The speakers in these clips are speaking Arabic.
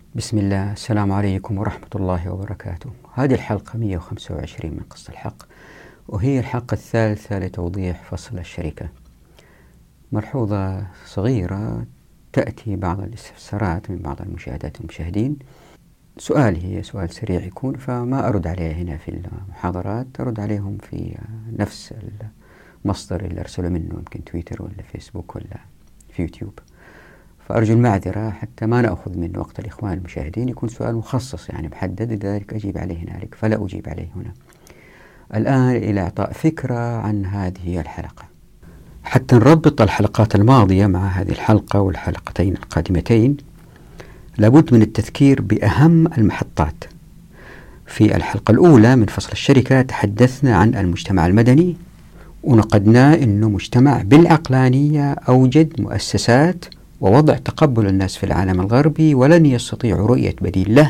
بسم الله، السلام عليكم ورحمة الله وبركاته. هذه الحلقة 125 من قصة الحق، وهي الحلقة الثالثة لتوضيح فصل الشركة. ملحوظة صغيرة تأتي بعض الاستفسارات من بعض المشاهدات والمشاهدين. هي سؤال سريع يكون، فما أرد عليه هنا في المحاضرات، أرد عليهم في نفس المصدر اللي أرسله منه، يمكن تويتر ولا فيسبوك ولا في يوتيوب. فأرجو المعذرة حتى ما نأخذ من وقت الإخوان المشاهدين، يكون سؤال مخصص يعني محدد، لذلك أجيب عليه هنالك فلا أجيب عليه هنا. الآن إلى إعطاء فكرة عن هذه الحلقة، حتى نربط الحلقات الماضية مع هذه الحلقة والحلقتين القادمتين. لابد من التذكير بأهم المحطات. في الحلقة الأولى من فصل الشركة تحدثنا عن المجتمع المدني، ونقدنا أنه مجتمع بالعقلانية أوجد مؤسسات ووضع تقبل الناس في العالم الغربي، ولن يستطيعوا رؤية بديل له،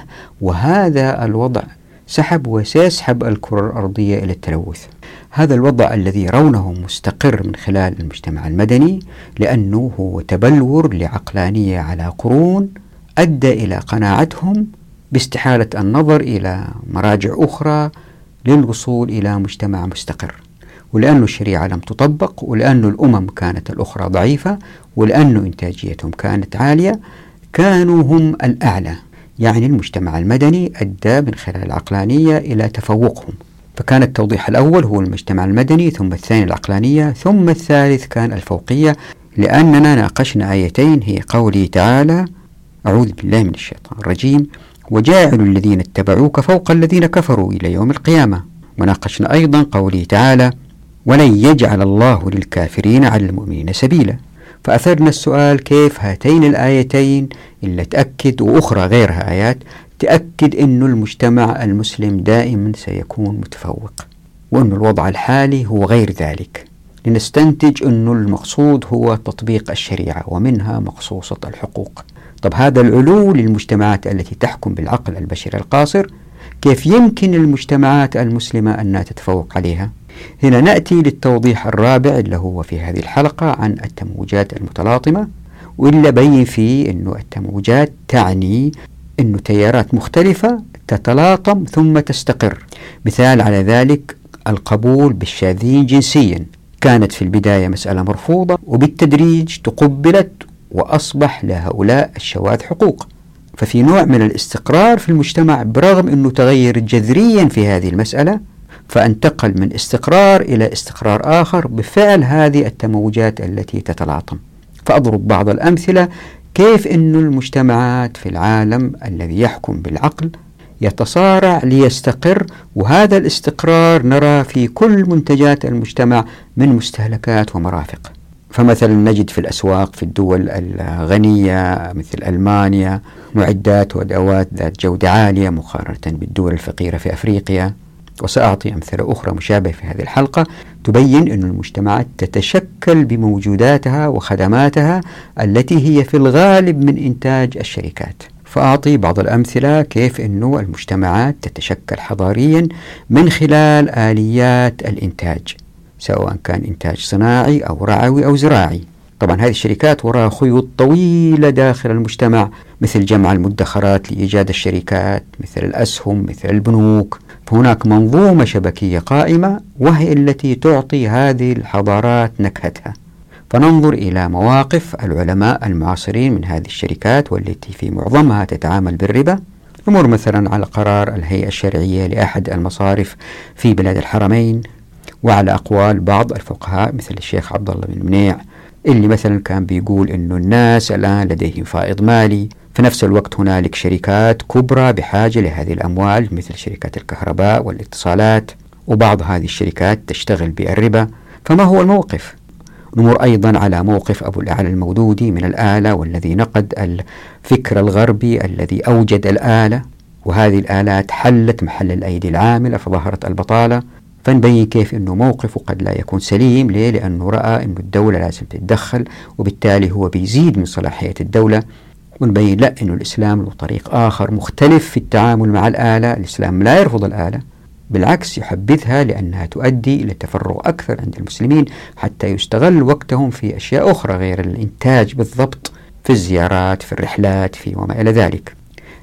وهذا الوضع سحب وسيسحب الكرة الأرضية إلى التلوث. هذا الوضع الذي يرونه مستقر من خلال المجتمع المدني، لأنه هو تبلور لعقلانية على قرون أدى إلى قناعتهم باستحالة النظر إلى مراجع أخرى للوصول إلى مجتمع مستقر، ولأن الشريعة لم تطبق، ولأن الأمم كانت الأخرى ضعيفة، ولأن إنتاجيتهم كانت عالية، كانوا هم الأعلى. يعني المجتمع المدني أدى من خلال العقلانية إلى تفوقهم. فكان التوضيح الأول هو المجتمع المدني، ثم الثاني العقلانية، ثم الثالث كان الفوقية، لأننا ناقشنا آيتين، هي قوله تعالى: أعوذ بالله من الشيطان الرجيم، وجاعل الذين اتبعوك فوق الذين كفروا إلى يوم القيامة. وناقشنا أيضا قوله تعالى: ولن يجعل الله للكافرين على المؤمنين سبيلا. فأثرنا السؤال كيف هاتين الآيتين اللي تأكد، وأخرى غيرها آيات تأكد أن المجتمع المسلم دائما سيكون متفوق، وأن الوضع الحالي هو غير ذلك. لنستنتج أن المقصود هو تطبيق الشريعة، ومنها مقصوصة الحقوق. طب هذا العلو للمجتمعات التي تحكم بالعقل البشري القاصر، كيف يمكن المجتمعات المسلمة أن تتفوق عليها؟ هنا نأتي للتوضيح الرابع اللي هو في هذه الحلقة عن التموجات المتلاطمة، واللي بين فيه أنه التموجات تعني أنه تيارات مختلفة تتلاطم ثم تستقر. مثال على ذلك القبول بالشاذين جنسيا، كانت في البداية مسألة مرفوضة، وبالتدريج تقبلت وأصبح لهؤلاء الشواذ حقوق. ففي نوع من الاستقرار في المجتمع، برغم أنه تغير جذريا في هذه المسألة، فانتقل من استقرار إلى استقرار آخر بفعل هذه التموجات التي تتلاطم. فأضرب بعض الأمثلة كيف أن المجتمعات في العالم الذي يحكم بالعقل يتصارع ليستقر، وهذا الاستقرار نرى في كل منتجات المجتمع من مستهلكات ومرافق. فمثلا نجد في الأسواق في الدول الغنية مثل ألمانيا معدات وأدوات ذات جودة عالية مقارنة بالدول الفقيرة في أفريقيا. وسأعطي أمثلة أخرى مشابهة في هذه الحلقة تبين أن المجتمعات تتشكل بموجوداتها وخدماتها التي هي في الغالب من إنتاج الشركات. فأعطي بعض الأمثلة كيف أن المجتمعات تتشكل حضاريا من خلال آليات الإنتاج، سواء كان إنتاج صناعي أو رعوي أو زراعي. طبعا هذه الشركات وراء خيوط طويلة داخل المجتمع، مثل جمع المدخرات لإيجاد الشركات، مثل الأسهم، مثل البنوك. فهناك منظومة شبكية قائمة، وهي التي تعطي هذه الحضارات نكهتها. فننظر إلى مواقف العلماء المعاصرين من هذه الشركات، والتي في معظمها تتعامل بالربا. نمر مثلا على قرار الهيئة الشرعية لأحد المصارف في بلاد الحرمين، وعلى أقوال بعض الفقهاء مثل الشيخ عبد الله بن منيع، اللي مثلا كان بيقول إنه الناس الآن لديهم فائض مالي، في نفس الوقت هنالك شركات كبرى بحاجة لهذه الأموال مثل شركات الكهرباء والاتصالات، وبعض هذه الشركات تشتغل بالربا. فما هو الموقف؟ نمر أيضا على موقف أبو الأعلى المودودي من الآلة، والذي نقد الفكر الغربي الذي أوجد الآلة، وهذه الآلات حلت محل الأيدي العاملة فظهرت البطالة. فنبين كيف أنه موقفه قد لا يكون سليم. ليه؟ لأنه رأى أنه الدولة لازم تتدخل، وبالتالي هو بيزيد من صلاحية الدولة. ونبين لا، أنه الإسلام له طريق آخر مختلف في التعامل مع الآلة. الإسلام لا يرفض الآلة، بالعكس يحبذها، لأنها تؤدي إلى تفرغ أكثر عند المسلمين حتى يستغل وقتهم في أشياء أخرى غير الإنتاج بالضبط، في الزيارات، في الرحلات، في وما إلى ذلك.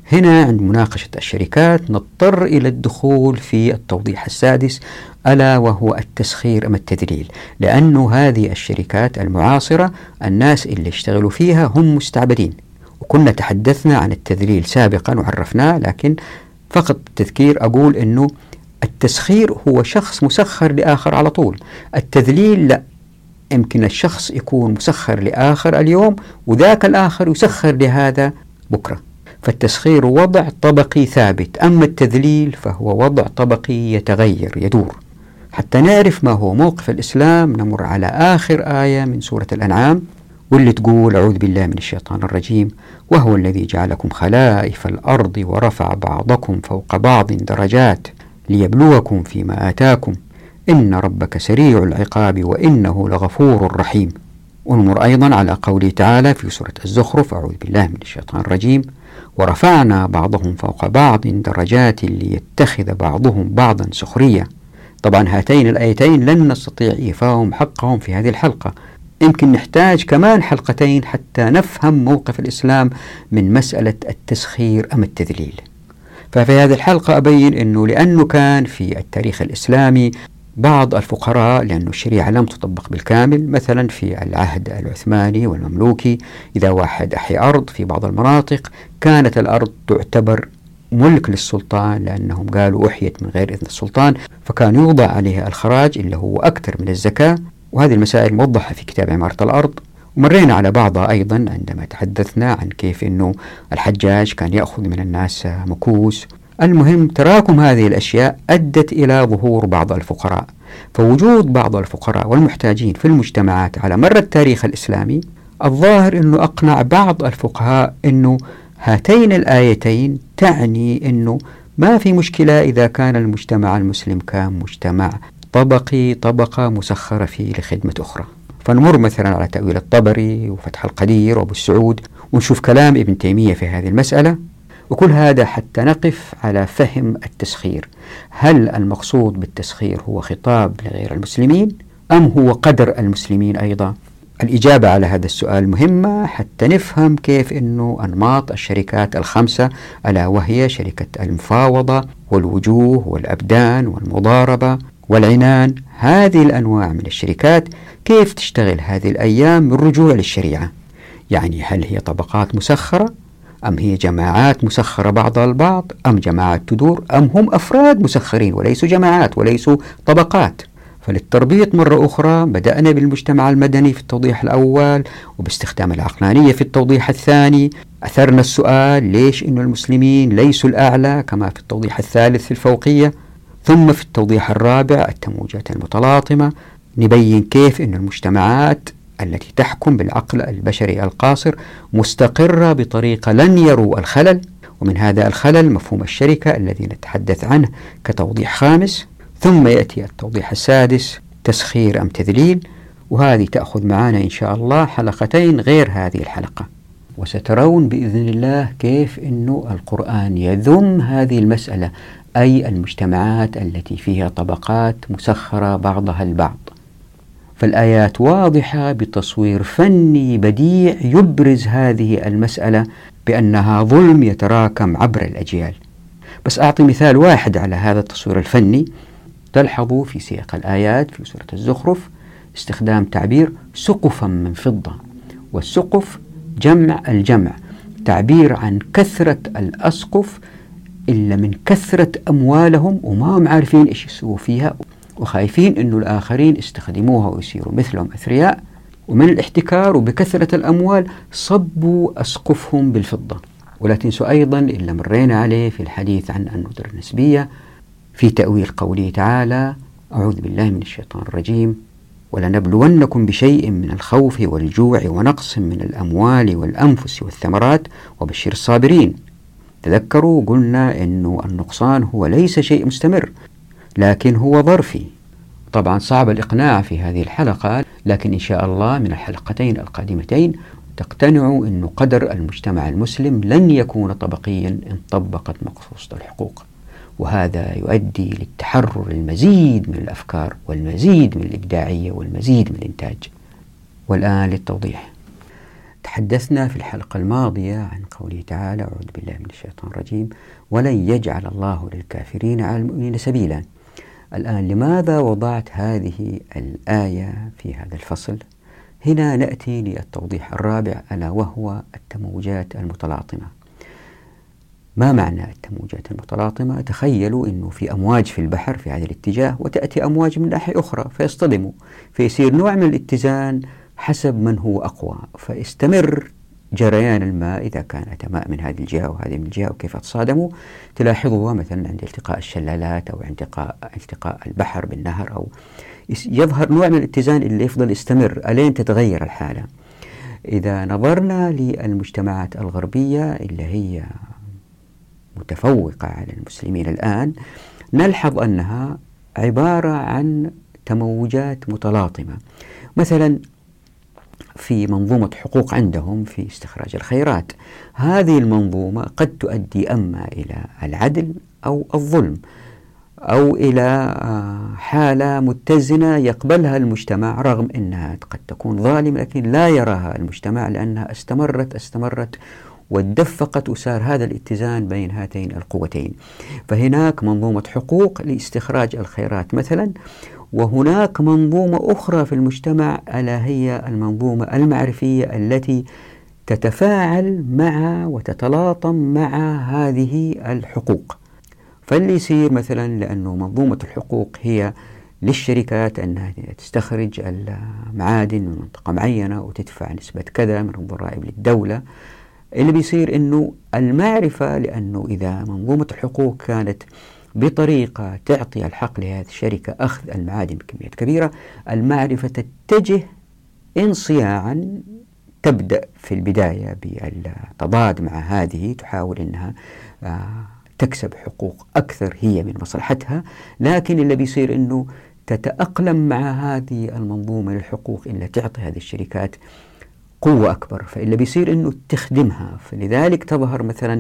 هنا عند مناقشة الشركات نضطر إلى الدخول في التوضيح السادس، ألا وهو التسخير أم التذليل، لأن هذه الشركات المعاصرة الناس اللي اشتغلوا فيها هم مستعبدين. وكنا تحدثنا عن التذليل سابقا وعرفناه، لكن فقط تذكير أقول أنه التسخير هو شخص مسخر لآخر على طول. التذليل لا، يمكن الشخص يكون مسخر لآخر اليوم وذاك الآخر يسخر لهذا بكرة. فالتسخير وضع طبقي ثابت، أما التذليل فهو وضع طبقي يتغير يدور. حتى نعرف ما هو موقف الإسلام نمر على آخر آية من سورة الأنعام، واللي تقول: أعوذ بالله من الشيطان الرجيم: وهو الذي جعلكم خلائف الأرض ورفع بعضكم فوق بعض درجات ليبلوكم فيما آتاكم إن ربك سريع العقاب وإنه لغفور رحيم. ونمر أيضا على قوله تعالى في سورة الزخرف: أعوذ بالله من الشيطان الرجيم: ورفعنا بعضهم فوق بعض درجات ليتخذ بعضهم بعضا سخريا. طبعا هاتين الآيتين لن نستطيع إيفاءهم حقهم في هذه الحلقة، يمكن نحتاج كمان حلقتين حتى نفهم موقف الإسلام من مسألة التسخير أم التذليل. ففي هذه الحلقة أبين أنه لأنه كان في التاريخ الإسلامي بعض الفقراء، لأن الشريعة لم تطبق بالكامل، مثلا في العهد العثماني والمملوكي إذا واحد أحيا أرض في بعض المناطق كانت الأرض تعتبر ملك للسلطان، لأنهم قالوا أحيت من غير إذن السلطان، فكان يوضع عليها الخراج اللي هو أكثر من الزكاة. وهذه المسائل موضحة في كتاب عمارة الأرض، ومرينا على بعضها أيضا عندما تحدثنا عن كيف أنه الحجاج كان يأخذ من الناس مكوس. المهم تراكم هذه الأشياء أدت إلى ظهور بعض الفقراء. فوجود بعض الفقراء والمحتاجين في المجتمعات على مر التاريخ الإسلامي الظاهر أنه أقنع بعض الفقهاء أنه هاتين الآيتين تعني أنه ما في مشكلة إذا كان المجتمع المسلم كان مجتمع طبقي، طبقة مسخرة فيه لخدمة أخرى. فنمر مثلا على تأويل الطبري وفتح القدير وأبو السعود ونشوف كلام ابن تيمية في هذه المسألة، وكل هذا حتى نقف على فهم التسخير. هل المقصود بالتسخير هو خطاب لغير المسلمين أم هو قدر المسلمين أيضا؟ الإجابة على هذا السؤال مهمة حتى نفهم كيف أنه أنماط الشركات الخمسة، ألا وهي شركة المفاوضة والوجوه والأبدان والمضاربة والعنان، هذه الأنواع من الشركات كيف تشتغل هذه الأيام من رجوع للشريعة. يعني هل هي طبقات مسخرة أم هي جماعات مسخرة بعضها البعض، أم جماعات تدور، أم هم أفراد مسخرين وليسوا جماعات وليسوا طبقات؟ فللتربيط مرة أخرى بدأنا بالمجتمع المدني في التوضيح الأول، وباستخدام العقلانية في التوضيح الثاني أثرنا السؤال ليش إنه المسلمين ليسوا الأعلى كما في التوضيح الثالث في الفوقية. ثم في التوضيح الرابع التموجات المتلاطمة نبين كيف إن المجتمعات التي تحكم بالعقل البشري القاصر مستقرة بطريقة لن يروا الخلل، ومن هذا الخلل مفهوم الشركة الذي نتحدث عنه كتوضيح خامس. ثم يأتي التوضيح السادس تسخير أم تذليل، وهذه تأخذ معنا إن شاء الله حلقتين غير هذه الحلقة، وسترون بإذن الله كيف أنه القرآن يذم هذه المسألة، أي المجتمعات التي فيها طبقات مسخرة بعضها البعض. فالآيات واضحة بتصوير فني بديع يبرز هذه المسألة بأنها ظلم يتراكم عبر الأجيال. بس أعطي مثال واحد على هذا التصوير الفني. تلحظوا في سياق الآيات في سورة الزخرف استخدام تعبير سقفا من فضة، والسقف جمع الجمع، تعبير عن كثرة الأسقف إلا من كثرة أموالهم وما هم عارفين إيش يسووا فيها، وخايفين إنه الآخرين استخدموها ويصيروا مثلهم أثرياء، ومن الاحتكار وبكثرة الأموال صبوا أسقفهم بالفضة. ولا تنسوا أيضا إلا مرينا عليه في الحديث عن الندرة النسبية في تأويل قوله تعالى: أعوذ بالله من الشيطان الرجيم: ولنبلونكم بشيء من الخوف والجوع ونقص من الأموال والأنفس والثمرات وبشر الصابرين. تذكروا قلنا أنه النقصان هو ليس شيء مستمر لكن هو ظرفي. طبعا صعب الإقناع في هذه الحلقة، لكن إن شاء الله من الحلقتين القادمتين تقتنعوا أن قدر المجتمع المسلم لن يكون طبقيا إن طبقت مقصوصة الحقوق، وهذا يؤدي للتحرر المزيد من الأفكار والمزيد من الإبداعية والمزيد من الإنتاج. والآن للتوضيح. تحدثنا في الحلقة الماضية عن قوله تعالى: أعوذ بالله من الشيطان الرجيم: ولن يجعل الله للكافرين على المؤمنين سبيلا. الآن لماذا وضعت هذه الآية في هذا الفصل؟ هنا نأتي للتوضيح الرابع، ألا وهو التموجات المتلاطمة. ما معنى التموجات المتلاطمة؟ تخيلوا أنه في أمواج في البحر في هذا الاتجاه، وتأتي أمواج من ناحية أخرى فيصطدموا، فيصير نوع من الاتزان حسب من هو أقوى، فيستمر جريان الماء إذا كانت ماء من هذه الجهة وهذه من الجهة. وكيف تصادموا؟ تلاحظوها مثلا عند التقاء الشلالات أو التقاء البحر بالنهر، أو يظهر نوع من الاتزان اللي يفضل يستمر ألين تتغير الحالة. إذا نظرنا للمجتمعات الغربية اللي هي متفوقة على المسلمين الآن، نلحظ أنها عبارة عن تموجات متلاطمة. مثلا في منظومة حقوق عندهم في استخراج الخيرات، هذه المنظومة قد تؤدي أما إلى العدل أو الظلم، أو إلى حالة متزنة يقبلها المجتمع رغم أنها قد تكون ظالمة، لكن لا يراها المجتمع لأنها استمرت واتدفقت، وصار هذا الاتزان بين هاتين القوتين. فهناك منظومة حقوق لاستخراج الخيرات مثلا، وهناك منظومة أخرى في المجتمع ألا هي المنظومة المعرفية التي تتفاعل مع وتتلاطم مع هذه الحقوق. فاللي يصير مثلا، لأنه منظومة الحقوق هي للشركات أنها تستخرج المعادن من منطقة معينة وتدفع نسبة كذا من الضرائب للدولة، اللي بيصير أنه المعرفة، لأنه إذا منظومة الحقوق كانت بطريقة تعطي الحق لهذه الشركة أخذ المعادن بكميات كبيرة، المعرفة تتجه انصياعا، تبدأ في البداية بالتضاد مع هذه، تحاول أنها تكسب حقوق أكثر هي من مصلحتها، لكن اللي بيصير أنه تتأقلم مع هذه المنظومة للحقوق اللي تعطي هذه الشركات قوة أكبر، فإلا بيصير أنه تخدمها. فلذلك تظهر مثلا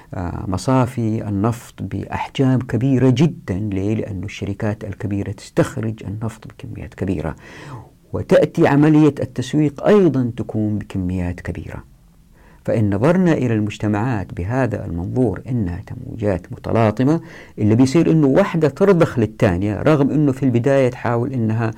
مصافي النفط بأحجام كبيرة جدا. ليه؟ لأن الشركات الكبيرة تستخرج النفط بكميات كبيرة، وتأتي عملية التسويق أيضا تكون بكميات كبيرة. فإن نظرنا إلى المجتمعات بهذا المنظور إنها تموجات متلاطمة، اللي بيصير إنه واحدة ترضخ للثانية، رغم إنه في البداية تحاول إنها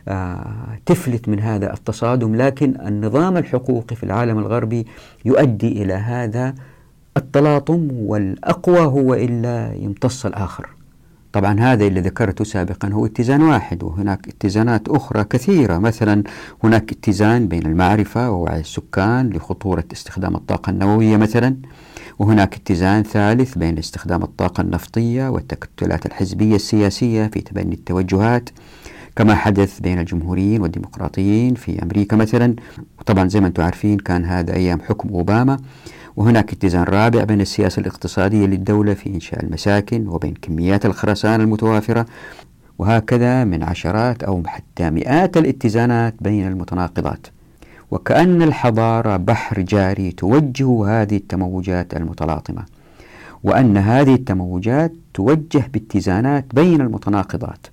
تفلت من هذا التصادم، لكن النظام الحقوقي في العالم الغربي يؤدي إلى هذا التلاطم، والأقوى هو إلا يمتص الآخر. طبعا هذا اللي ذكرته سابقا هو اتزان واحد، وهناك اتزانات أخرى كثيرة. مثلا هناك اتزان بين المعرفة ووعي السكان لخطورة استخدام الطاقة النووية مثلا، وهناك اتزان ثالث بين استخدام الطاقة النفطية والتكتلات الحزبية السياسية في تبني التوجهات، كما حدث بين الجمهوريين والديمقراطيين في أمريكا مثلا، وطبعا زي ما أنتم عارفين كان هذا أيام حكم أوباما. وهناك اتزان رابع بين السياسة الاقتصادية للدولة في إنشاء المساكن وبين كميات الخرسانة المتوافرة، وهكذا من عشرات أو حتى مئات الاتزانات بين المتناقضات. وكأن الحضارة بحر جاري توجه هذه التموجات المتلاطمة، وأن هذه التموجات توجه باتزانات بين المتناقضات،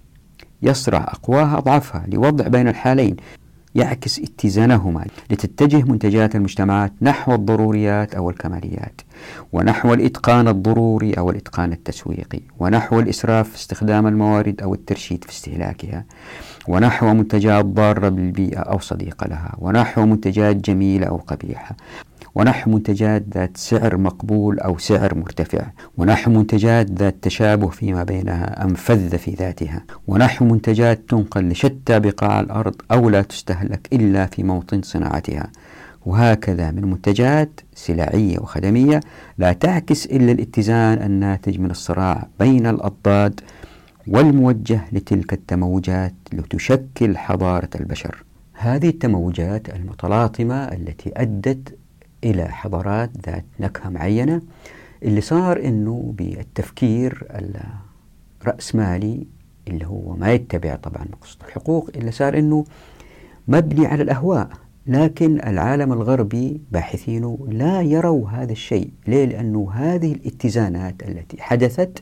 يصرع أقواها أضعفها لوضع بين الحالين يعكس اتزانهما، لتتجه منتجات المجتمعات نحو الضروريات أو الكماليات، ونحو الإتقان الضروري أو الإتقان التسويقي، ونحو الإسراف في استخدام الموارد أو الترشيد في استهلاكها، ونحو منتجات ضارة بالبيئة أو صديقة لها، ونحو منتجات جميلة أو قبيحة، ونحو منتجات ذات سعر مقبول أو سعر مرتفع، ونحو منتجات ذات تشابه فيما بينها أم فذة في ذاتها، ونحو منتجات تنقل لشتى بقاع الأرض أو لا تستهلك إلا في موطن صناعتها، وهكذا من منتجات سلعية وخدمية لا تعكس إلا الاتزان الناتج من الصراع بين الأضداد والموجه لتلك التموجات لتشكل حضارة البشر. هذه التموجات المتلاطمة التي أدت إلى حضارات ذات نكهة معينة، اللي صار إنه بالتفكير الرأسمالي اللي هو ما يتبع طبعا مقصود الحقوق، اللي صار إنه مبني على الأهواء. لكن العالم الغربي باحثينه لا يروا هذا الشيء. ليه؟ لأنه هذه الاتزانات التي حدثت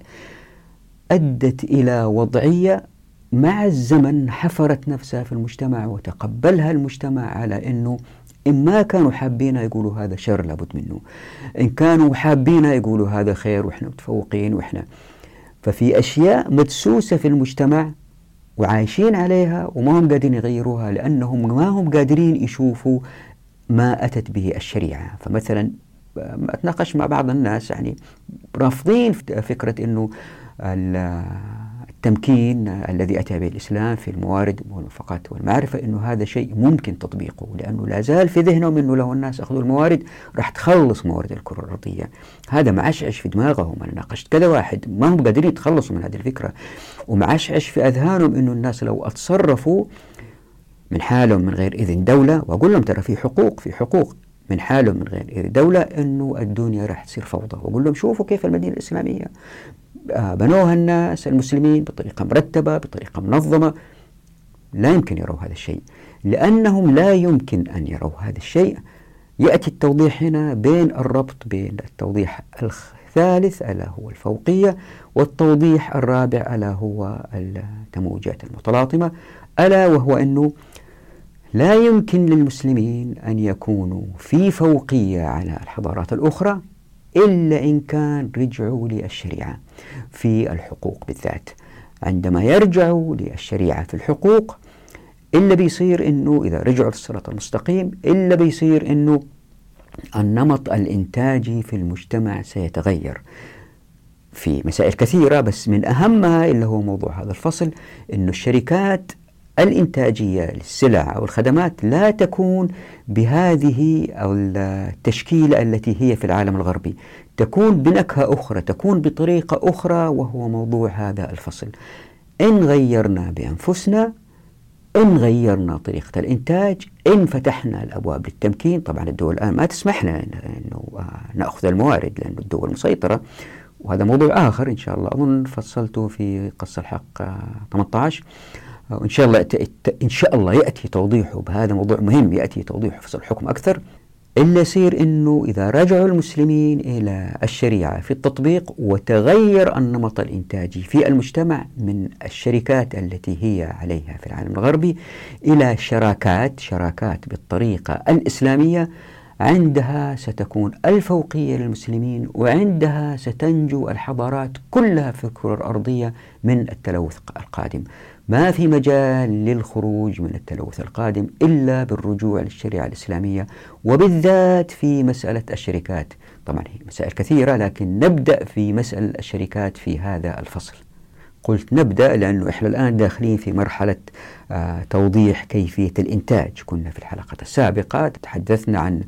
أدت إلى وضعية مع الزمن حفرت نفسها في المجتمع، وتقبلها المجتمع على أنه إن ما كانوا حابين يقولوا هذا شر لابد منه، إن كانوا حابين يقولوا هذا خير وإحنا متفوقين وإحنا. ففي أشياء مدسوسة في المجتمع وعايشين عليها وما هم قادرين يغيروها، لأنهم ما هم قادرين يشوفوا ما أتت به الشريعة. فمثلا أتناقش مع بعض الناس يعني رافضين فكرة أنه التمكين الذي أتى به الإسلام في الموارد والمنفقات والمعرفة أنه هذا شيء ممكن تطبيقه، لأنه لا زال في ذهنهم أنه لو الناس أخذوا الموارد راح تخلص موارد الكرة الأرضية. هذا معشعش في دماغهم. أنا ناقشت كذا واحد ما هم قادرين يتخلصوا من هذه الفكرة، ومعشعش في أذهانهم أنه الناس لو أتصرفوا من حالهم من غير إذن دولة، وأقول لهم ترى في حقوق من حالهم من غير إذن دولة، أنه الدنيا راح تصير فوضى. وأقول لهم شوفوا كيف المدينة الإسلامية بنوها الناس المسلمين بطريقة مرتبة بطريقة منظمة. لا يمكن يروا هذا الشيء، لأنهم لا يمكن أن يروا هذا الشيء. يأتي التوضيح هنا بين الربط بين التوضيح الثالث ألا هو الفوقية، والتوضيح الرابع ألا هو التموجات المتلاطمة، ألا وهو أنه لا يمكن للمسلمين أن يكونوا في فوقية على الحضارات الأخرى إلا إن كان رجعوا للشريعة في الحقوق بالذات. عندما يرجعوا للشريعة في الحقوق إلا بيصير أنه إذا رجعوا للصراط المستقيم إلا بيصير أنه النمط الإنتاجي في المجتمع سيتغير في مسائل كثيرة، بس من أهمها اللي هو موضوع هذا الفصل أنه الشركات الإنتاجية للسلع أو الخدمات لا تكون بهذه أو التشكيلة التي هي في العالم الغربي، تكون بنكهة أخرى، تكون بطريقة أخرى، وهو موضوع هذا الفصل. إن غيرنا بأنفسنا، إن غيرنا طريقة الإنتاج، إن فتحنا الأبواب للتمكين. طبعا الدول الآن ما تسمح لنا أنه نأخذ الموارد لأن الدول مسيطرة، وهذا موضوع آخر إن شاء الله أظن فصلته في قص الحق 18، وإن شاء الله يأتي توضيحه بهذا موضوع مهم، يأتي توضيحه في الحكم أكثر. إلا يصير إنه إذا رجعوا المسلمين إلى الشريعة في التطبيق وتغير النمط الإنتاجي في المجتمع من الشركات التي هي عليها في العالم الغربي إلى شراكات بالطريقة الإسلامية، عندها ستكون الفوقية للمسلمين، وعندها ستنجو الحضارات كلها في الكرة الأرضية من التلوث القادم. ما في مجال للخروج من التلوث القادم إلا بالرجوع للشريعة الإسلامية، وبالذات في مسألة الشركات. طبعا هي مسائل كثيرة، لكن نبدأ في مسألة الشركات في هذا الفصل. قلت نبدأ لأنه إحنا الآن داخلين في مرحلة توضيح كيفية الإنتاج. كنا في الحلقة السابقة تحدثنا عن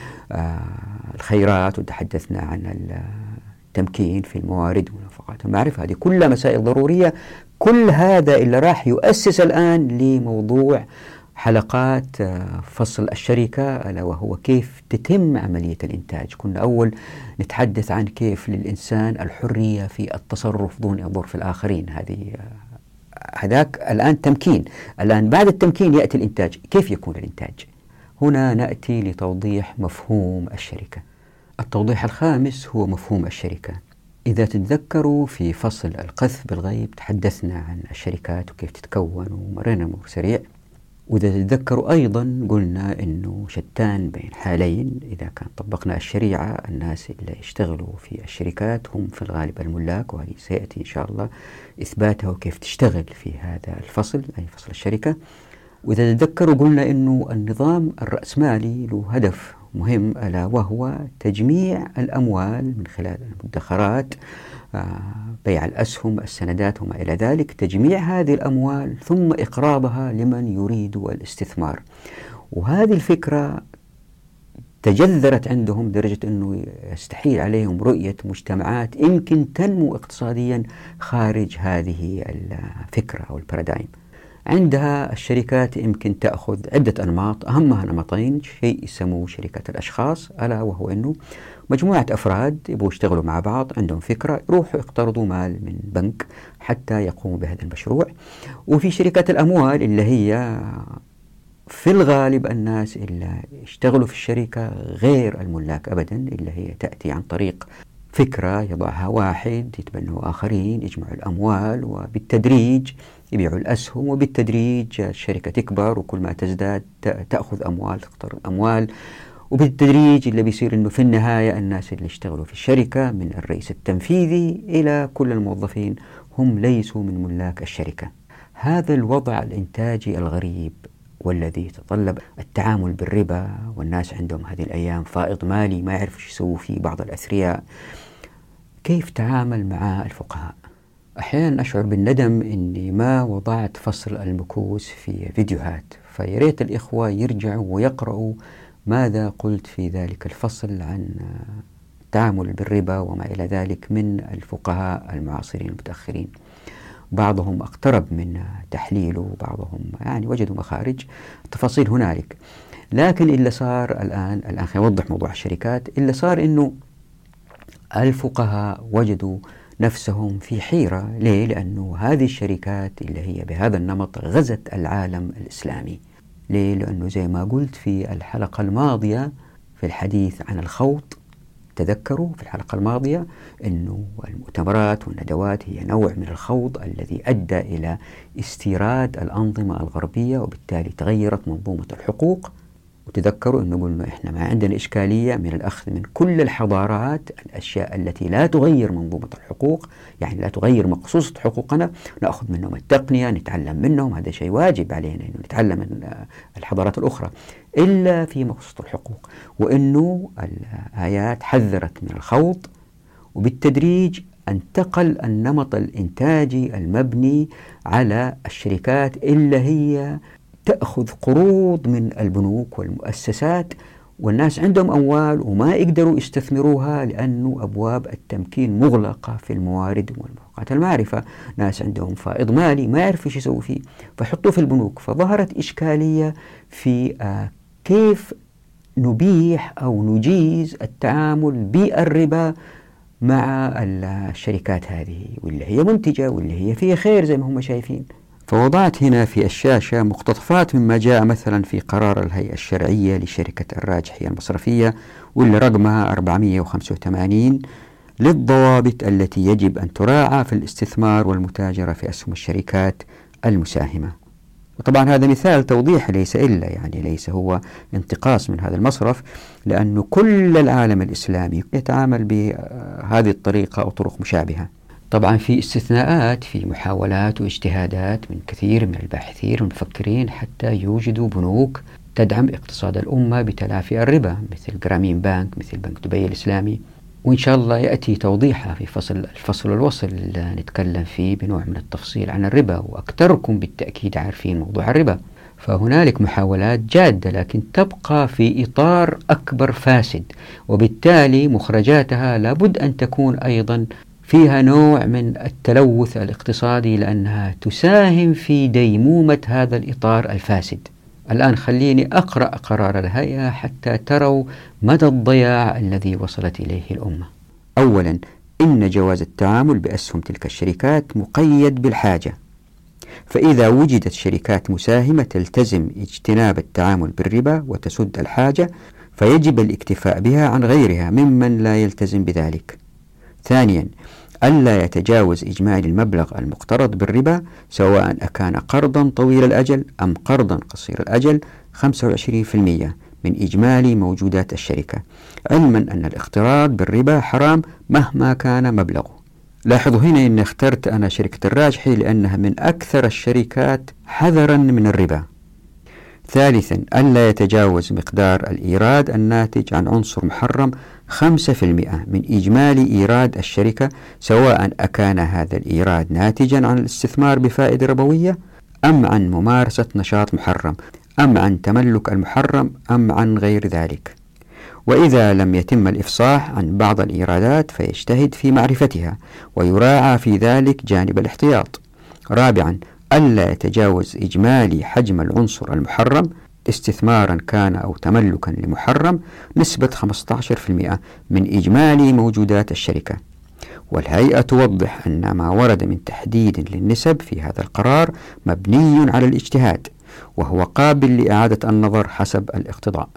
الخيرات وتحدثنا عن التمكين في الموارد والنفقات والمعرفة، هذه كلها مسائل ضرورية. كل هذا اللي راح يؤسس الآن لموضوع حلقات فصل الشركة، ألا وهو كيف تتم عملية الإنتاج. كنا أول نتحدث عن كيف للإنسان الحرية في التصرف دون يضر في الآخرين، هذاك الآن تمكين. الآن بعد التمكين يأتي الإنتاج. كيف يكون الإنتاج؟ هنا نأتي لتوضيح مفهوم الشركة. التوضيح الخامس هو مفهوم الشركة. إذا تتذكروا في فصل القذف بالغيب تحدثنا عن الشركات وكيف تتكون ومرينا مرور سريع. وإذا تتذكروا أيضا قلنا أنه شتان بين حالين. إذا كان طبقنا الشريعة، الناس اللي يشتغلوا في الشركات هم في الغالب الملاك، وهذه سيأتي إن شاء الله إثباتها وكيف تشتغل في هذا الفصل أي فصل الشركة. وإذا تتذكروا قلنا أنه النظام الرأسمالي له هدف مهم، ألا وهو تجميع الأموال من خلال المدخرات، بيع الأسهم، السندات وما إلى ذلك، تجميع هذه الأموال ثم إقراضها لمن يريد الاستثمار. وهذه الفكرة تجذرت عندهم درجة أنه يستحيل عليهم رؤية مجتمعات يمكن تنمو اقتصاديا خارج هذه الفكرة أو البارادايم. عندها الشركات يمكن تأخذ عدة أنماط، أهمها نمطين. شيء يسموه شركات الأشخاص، ألا وهو أنه مجموعة أفراد يبغوا يشتغلوا مع بعض، عندهم فكرة، يروحوا يقترضوا مال من بنك حتى يقوموا بهذا المشروع. وفي شركات الأموال اللي هي في الغالب الناس اللي يشتغلوا في الشركة غير الملاك أبدا، اللي هي تأتي عن طريق فكرة يضعها واحد، يتبنوا آخرين، يجمعوا الأموال، وبالتدريج يبيعوا الأسهم، وبالتدريج الشركة تكبر، وكل ما تزداد تأخذ أموال، تقترض أموال، وبالتدريج اللي بيصير أنه في النهاية الناس اللي يشتغلوا في الشركة من الرئيس التنفيذي إلى كل الموظفين هم ليسوا من ملاك الشركة. هذا الوضع الإنتاجي الغريب والذي يتطلب التعامل بالربا، والناس عندهم هذه الأيام فائض مالي ما يعرف ايش يسوي فيه بعض الأثرياء، كيف تعامل مع الفقهاء؟ أحيانا أشعر بالندم أني ما وضعت فصل المكوس في فيديوهات، فياريت الإخوة يرجعوا ويقرأوا ماذا قلت في ذلك الفصل عن التعامل بالربا وما إلى ذلك من الفقهاء المعاصرين المتأخرين. بعضهم اقترب من تحليله، وبعضهم يعني وجدوا مخارج، التفاصيل هنالك. لكن اللي صار الآن خلينا نوضح موضوع الشركات. اللي صار إنه الفقهاء وجدوا نفسهم في حيرة. ليه؟ لأنه هذه الشركات اللي هي بهذا النمط غزت العالم الإسلامي. ليه؟ لأنه زي ما قلت في الحلقة الماضية في الحديث عن الخوض، تذكروا في الحلقة الماضية أنه المؤتمرات والندوات هي نوع من الخوض الذي أدى إلى استيراد الأنظمة الغربية، وبالتالي تغيرت منظومة الحقوق. وتذكروا أنه قلنا إحنا ما عندنا إشكالية من الأخذ من كل الحضارات الأشياء التي لا تغير منظومة الحقوق، يعني لا تغير مقصوصة حقوقنا، نأخذ منهم التقنية، نتعلم منهم، هذا شيء واجب علينا أنه نتعلم من الحضارات الأخرى، إلا في مقصوصة الحقوق. وأنه الآيات حذرت من الخوض، وبالتدريج انتقل النمط الإنتاجي المبني على الشركات اللي هي تأخذ قروض من البنوك والمؤسسات، والناس عندهم أموال وما يقدروا يستثمروها لأنه أبواب التمكين مغلقة في الموارد والموقعات المعرفة. ناس عندهم فائض مالي ما يعرفوا ايش يسوي فيه، فحطوه في البنوك. فظهرت إشكالية في كيف نبيح أو نجيز التعامل بالربا مع الشركات هذه، واللي هي منتجة واللي هي فيها خير زي ما هم شايفين. فوضعت هنا في الشاشة مقتطفات مما جاء مثلا في قرار الهيئة الشرعية لشركة الراجحية المصرفية، واللي رقمها 485، للضوابط التي يجب أن تراعى في الاستثمار والمتاجرة في أسهم الشركات المساهمة. وطبعا هذا مثال توضيح، ليس إلا يعني ليس هو انتقاص من هذا المصرف، لأنه كل العالم الإسلامي يتعامل بهذه الطريقة أو طرق مشابهة. طبعا في استثناءات، في محاولات واجتهادات من كثير من الباحثين والمفكرين حتى يوجدوا بنوك تدعم اقتصاد الأمة بتلافي الربا، مثل جرامين بانك، مثل بنك دبي الإسلامي. وإن شاء الله يأتي توضيحها في الفصل الوصل اللي نتكلم فيه بنوع من التفصيل عن الربا، وأكثركم بالتأكيد عارفين موضوع الربا. فهنالك محاولات جادة، لكن تبقى في إطار أكبر فاسد، وبالتالي مخرجاتها لابد أن تكون أيضا فيها نوع من التلوث الاقتصادي، لأنها تساهم في ديمومة هذا الإطار الفاسد. الآن خليني أقرأ قرار الهيئة حتى تروا مدى الضياع الذي وصلت إليه الأمة. أولا، إن جواز التعامل بأسهم تلك الشركات مقيد بالحاجة، فإذا وجدت شركات مساهمة تلتزم اجتناب التعامل بالربا وتسد الحاجة، فيجب الاكتفاء بها عن غيرها ممن لا يلتزم بذلك. ثانيا، ألا يتجاوز إجمالي المبلغ المقترض بالربا، سواء أكان قرضا طويل الأجل أم قرضا قصير الأجل، 25% من إجمالي موجودات الشركة، علما أن الاقتراض بالربا حرام مهما كان مبلغه. لاحظوا هنا أن اخترت أنا شركة الراجحي لأنها من أكثر الشركات حذرا من الربا. ثالثا، ألا يتجاوز مقدار الإيراد الناتج عن عنصر محرم 5% من إجمالي إيراد الشركة، سواء أكان هذا الإيراد ناتجا عن الاستثمار بفائدة ربوية أم عن ممارسة نشاط محرم أم عن تملك المحرم أم عن غير ذلك. وإذا لم يتم الإفصاح عن بعض الإيرادات فيجتهد في معرفتها، ويراعى في ذلك جانب الاحتياط. رابعا، ألا يتجاوز إجمالي حجم العنصر المحرم استثمارا كان أو تملكا لمحرم نسبة 15% من إجمالي موجودات الشركة. والهيئة توضح أن ما ورد من تحديد للنسب في هذا القرار مبني على الاجتهاد، وهو قابل لإعادة النظر حسب الاقتضاء.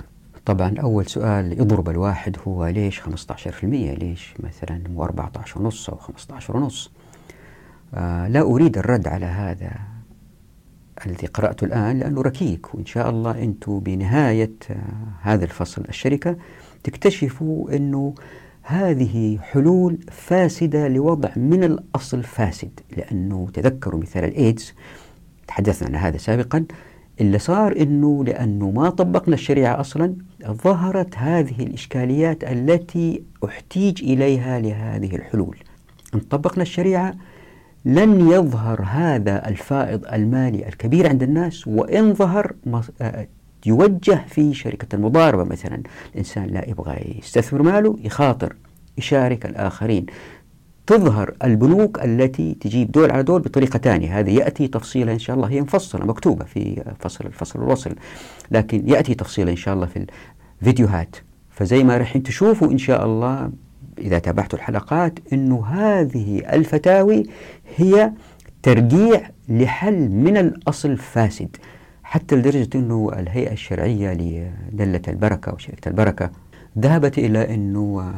طبعا أول سؤال يضرب الواحد هو ليش 15%؟ ليش مثلا مو 14.5 أو 15.5؟ لا أريد الرد على هذا الذي قرأته الآن لأنه ركيك، وإن شاء الله أنتم بنهاية هذا الفصل الشركة تكتشفوا أنه هذه حلول فاسدة لوضع من الأصل فاسد. لأنه تذكروا مثال الإيدز، تحدثنا عن هذا سابقا، اللي صار أنه لأنه ما طبقنا الشريعة أصلا ظهرت هذه الإشكاليات التي احتيج إليها لهذه الحلول. إن طبقنا الشريعة لن يظهر هذا الفائض المالي الكبير عند الناس، وإن ظهر يوجه في شركة المضاربة مثلا. الإنسان لا يبغى يستثمر ماله، يخاطر، يشارك الآخرين. تظهر البنوك التي تجيب دول على دول بطريقة تانية، هذه يأتي تفصيلا إن شاء الله، هي مفصلة مكتوبة في الفصل الوصل، لكن يأتي تفصيلا إن شاء الله في الفيديوهات. فزي ما راح تشوفوا إن شاء الله إذا تابعتوا الحلقات أنه هذه الفتاوي هي ترجيع لحل من الأصل فاسد، حتى لدرجة أنه الهيئة الشرعية لدلة البركة وشركة البركة ذهبت إلى أنه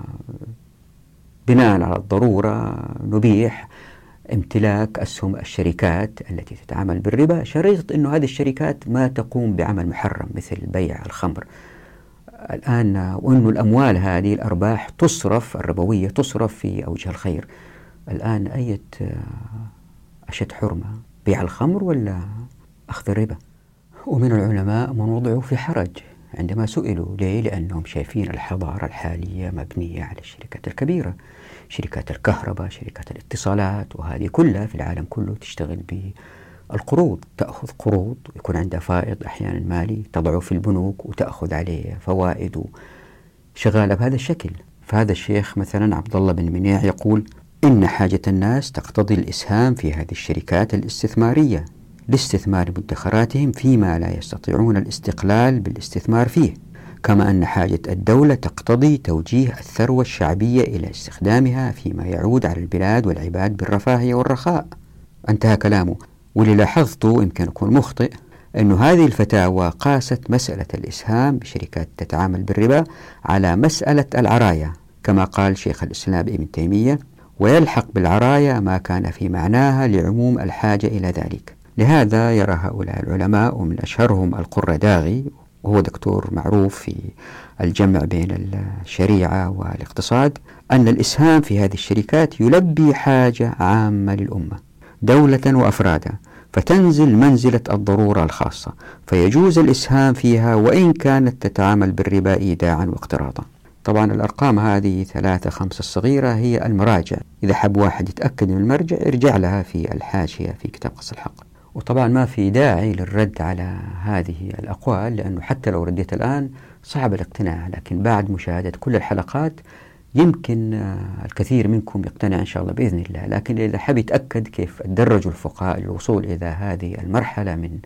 بناء على الضرورة نبيح امتلاك أسهم الشركات التي تتعامل بالربا، شريط أنه هذه الشركات ما تقوم بعمل محرم مثل بيع الخمر الآن، وأنه الأموال هذه الأرباح تصرف الربوية تصرف في أوجه الخير. الآن أية أشد حرمة، بيع الخمر ولا أخذ الربا؟ ومن العلماء من وضعوا في حرج عندما سئلوا ليه؟ لأنهم شايفين الحضارة الحالية مبنية على الشركات الكبيرة، شركات الكهرباء، شركات الاتصالات، وهذه كلها في العالم كله تشتغل بالقروض، تأخذ قروض يكون عندها فائض أحيانا مالي تضعه في البنوك وتأخذ عليه فوائد، شغالة بهذا الشكل. فهذا الشيخ مثلا عبد الله بن منيع يقول إن حاجة الناس تقتضي الإسهام في هذه الشركات الاستثمارية لاستثمار مدخراتهم فيما لا يستطيعون الاستقلال بالاستثمار فيه، كما أن حاجة الدولة تقتضي توجيه الثروة الشعبية إلى استخدامها فيما يعود على البلاد والعباد بالرفاهية والرخاء. انتهى كلامه. واللي لاحظته يمكن يكون مخطئ أن هذه الفتاوى قاست مسألة الإسهام بشركات تتعامل بالربا على مسألة العراية، كما قال شيخ الإسلام ابن تيمية، ويلحق بالعراية ما كان في معناها لعموم الحاجة إلى ذلك. لهذا يرى هؤلاء العلماء ومن أشهرهم القرداغي، وهو دكتور معروف في الجمع بين الشريعة والاقتصاد، أن الإسهام في هذه الشركات يلبي حاجة عامة للأمة دولة وأفرادا، فتنزل منزلة الضرورة الخاصة، فيجوز الإسهام فيها وإن كانت تتعامل بالربا إيداعا واقتراضا. طبعا الأرقام هذه 3 5 الصغيرة هي المراجع، إذا حب واحد يتأكد من المرجع يرجع لها في الحاشية في كتاب قص الحق. وطبعا ما في داعي للرد على هذه الأقوال، لأنه حتى لو رديت الآن صعب الاقتناع، لكن بعد مشاهدة كل الحلقات يمكن الكثير منكم يقتنع إن شاء الله بإذن الله. لكن إذا حب يتأكد كيف تدرجوا الفقهاء للوصول إلى هذه المرحلة من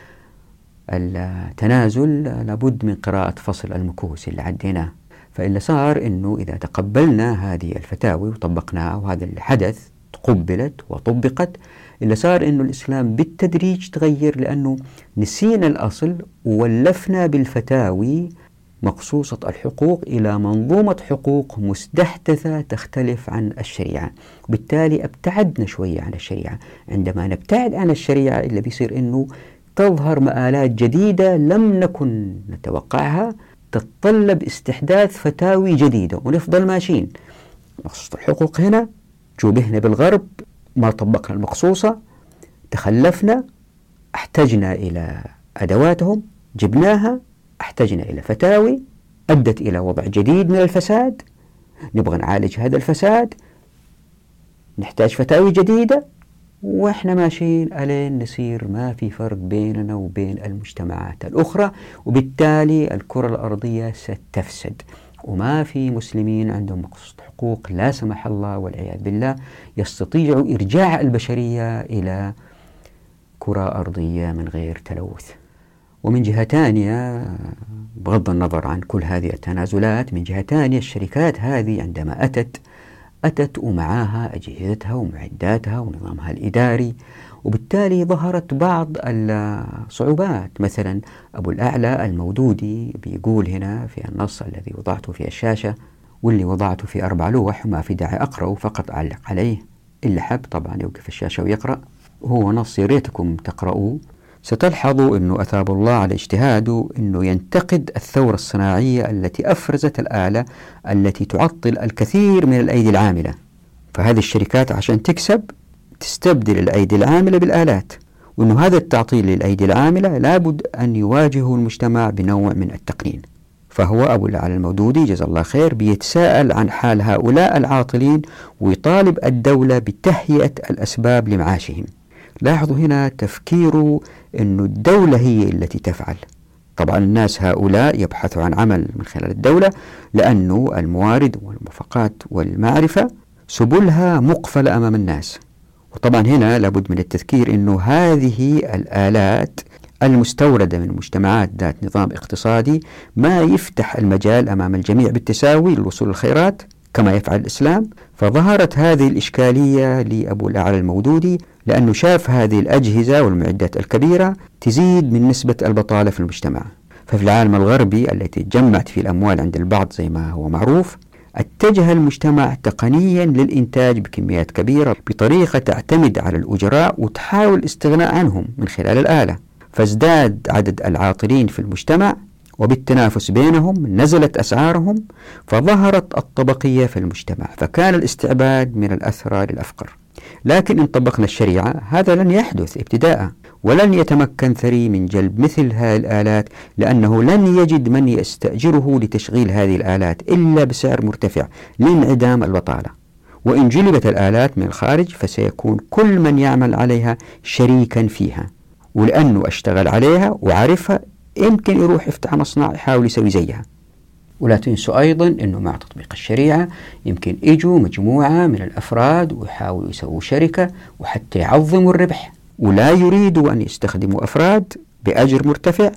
التنازل، لابد من قراءة فصل المكوس اللي عديناه. فإلا صار أنه إذا تقبلنا هذه الفتاوي وطبقناها وهذا الحدث تقبلت وطبقت، إلا صار أنه الإسلام بالتدريج تغير، لأنه نسينا الأصل وولفنا بالفتاوي مقصوصة الحقوق إلى منظومة حقوق مستحدثة تختلف عن الشريعة، وبالتالي ابتعدنا شوية عن الشريعة. عندما نبتعد عن الشريعة اللي بيصير أنه تظهر مآلات جديدة لم نكن نتوقعها، تتطلب استحداث فتاوي جديدة، ونفضل ماشيين مقصوصة الحقوق هنا، شوبهنا بالغرب، ما طبقنا المقصوصة، تخلفنا، احتجنا إلى أدواتهم جبناها، احتجنا إلى فتاوي أدت إلى وضع جديد من الفساد، نبغى نعالج هذا الفساد، نحتاج فتاوي جديدة، وإحنا ماشيين ألين نصير ما في فرق بيننا وبين المجتمعات الأخرى، وبالتالي الكرة الأرضية ستفسد، وما في مسلمين عندهم مقصوصة حقوق لا سمح الله والعياذ بالله يستطيعوا إرجاع البشرية إلى كرة أرضية من غير تلوث. ومن جهة تانية، بغض النظر عن كل هذه التنازلات، من جهة تانية الشركات هذه عندما أتت أتت ومعاها أجهزتها ومعداتها ونظامها الإداري، وبالتالي ظهرت بعض الصعوبات. مثلا أبو الأعلى المودودي بيقول هنا في النص الذي وضعته في الشاشة، واللي وضعته في 4 لوح وما في داعي أقرأه، فقط أعلق عليه. اللي حب طبعا يوقف الشاشة ويقرأ، هو نص يريتكم تقرأوه. ستلحظوا أنه أثاب الله على اجتهاده أنه ينتقد الثورة الصناعية التي أفرزت الآلة التي تعطل الكثير من الأيدي العاملة. فهذه الشركات عشان تكسب تستبدل الأيدي العاملة بالآلات، وأنه هذا التعطيل للأيدي العاملة لابد أن يواجهه المجتمع بنوع من التقنين. فهو أبو الأعلى المودودي جزا الله خير بيتساءل عن حال هؤلاء العاطلين، ويطالب الدولة بتهيئة الأسباب لمعاشهم. لاحظوا هنا تفكيره أن الدولة هي التي تفعل. طبعا الناس هؤلاء يبحثوا عن عمل من خلال الدولة، لأنه الموارد والموافقات والمعرفة سبلها مقفلة أمام الناس. وطبعا هنا لابد من التذكير أنه هذه الآلات المستوردة من مجتمعات ذات نظام اقتصادي ما يفتح المجال أمام الجميع بالتساوي للوصول للخيرات كما يفعل الإسلام. فظهرت هذه الإشكالية لأبو الأعلى المودودي، لأنه شاف هذه الأجهزة والمعدات الكبيرة تزيد من نسبة البطالة في المجتمع. ففي العالم الغربي التي تجمعت فيه الأموال عند البعض زي ما هو معروف، اتجه المجتمع تقنيا للإنتاج بكميات كبيرة بطريقة تعتمد على الأجراء وتحاول الاستغناء عنهم من خلال الآلة. فازداد عدد العاطلين في المجتمع، وبالتنافس بينهم نزلت أسعارهم، فظهرت الطبقية في المجتمع، فكان الاستعباد من الأثرى للأفقر. لكن إن طبقنا الشريعة هذا لن يحدث ابتداء، ولن يتمكن ثري من جلب مثل هذه الآلات، لأنه لن يجد من يستأجره لتشغيل هذه الآلات إلا بسعر مرتفع لانعدام البطالة. وإن جلبت الآلات من الخارج فسيكون كل من يعمل عليها شريكا فيها، ولأنه اشتغل عليها وعرفها يمكن يروح يفتح مصنع يحاول يسوي زيها. ولا تنسوا أيضا أنه مع تطبيق الشريعة يمكن يجوا مجموعة من الأفراد ويحاولوا يسووا شركة وحتى يعظموا الربح، ولا يريدوا أن يستخدموا أفراد بأجر مرتفع،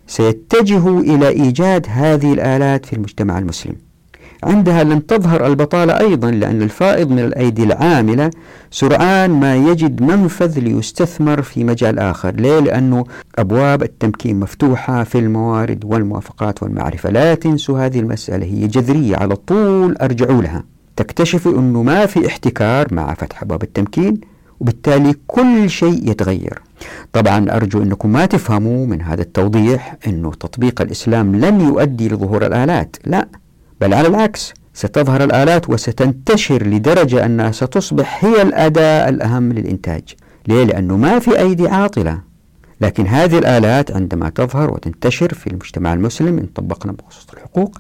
سيتجهوا إلى إيجاد هذه الآلات في المجتمع المسلم. عندها لن تظهر البطالة أيضا، لأن الفائض من الأيدي العاملة سرعان ما يجد منفذ ليستثمر في مجال آخر. ليه؟ لأنه أبواب التمكين مفتوحة في الموارد والموافقات والمعرفة. لا تنسوا هذه المسألة هي جذرية على طول، أرجعوا لها. تكتشفوا أنه ما في احتكار مع فتح أبواب التمكين، وبالتالي كل شيء يتغير. طبعا أرجو أنكم ما تفهموا من هذا التوضيح أنه تطبيق الإسلام لن يؤدي لظهور الآلات، لا، بل على العكس، ستظهر الآلات وستنتشر لدرجة أنها ستصبح هي الأداة الأهم للإنتاج. ليه؟ لأنه ما في أيدي عاطلة. لكن هذه الآلات عندما تظهر وتنتشر في المجتمع المسلم إن طبقنا بخصوص الحقوق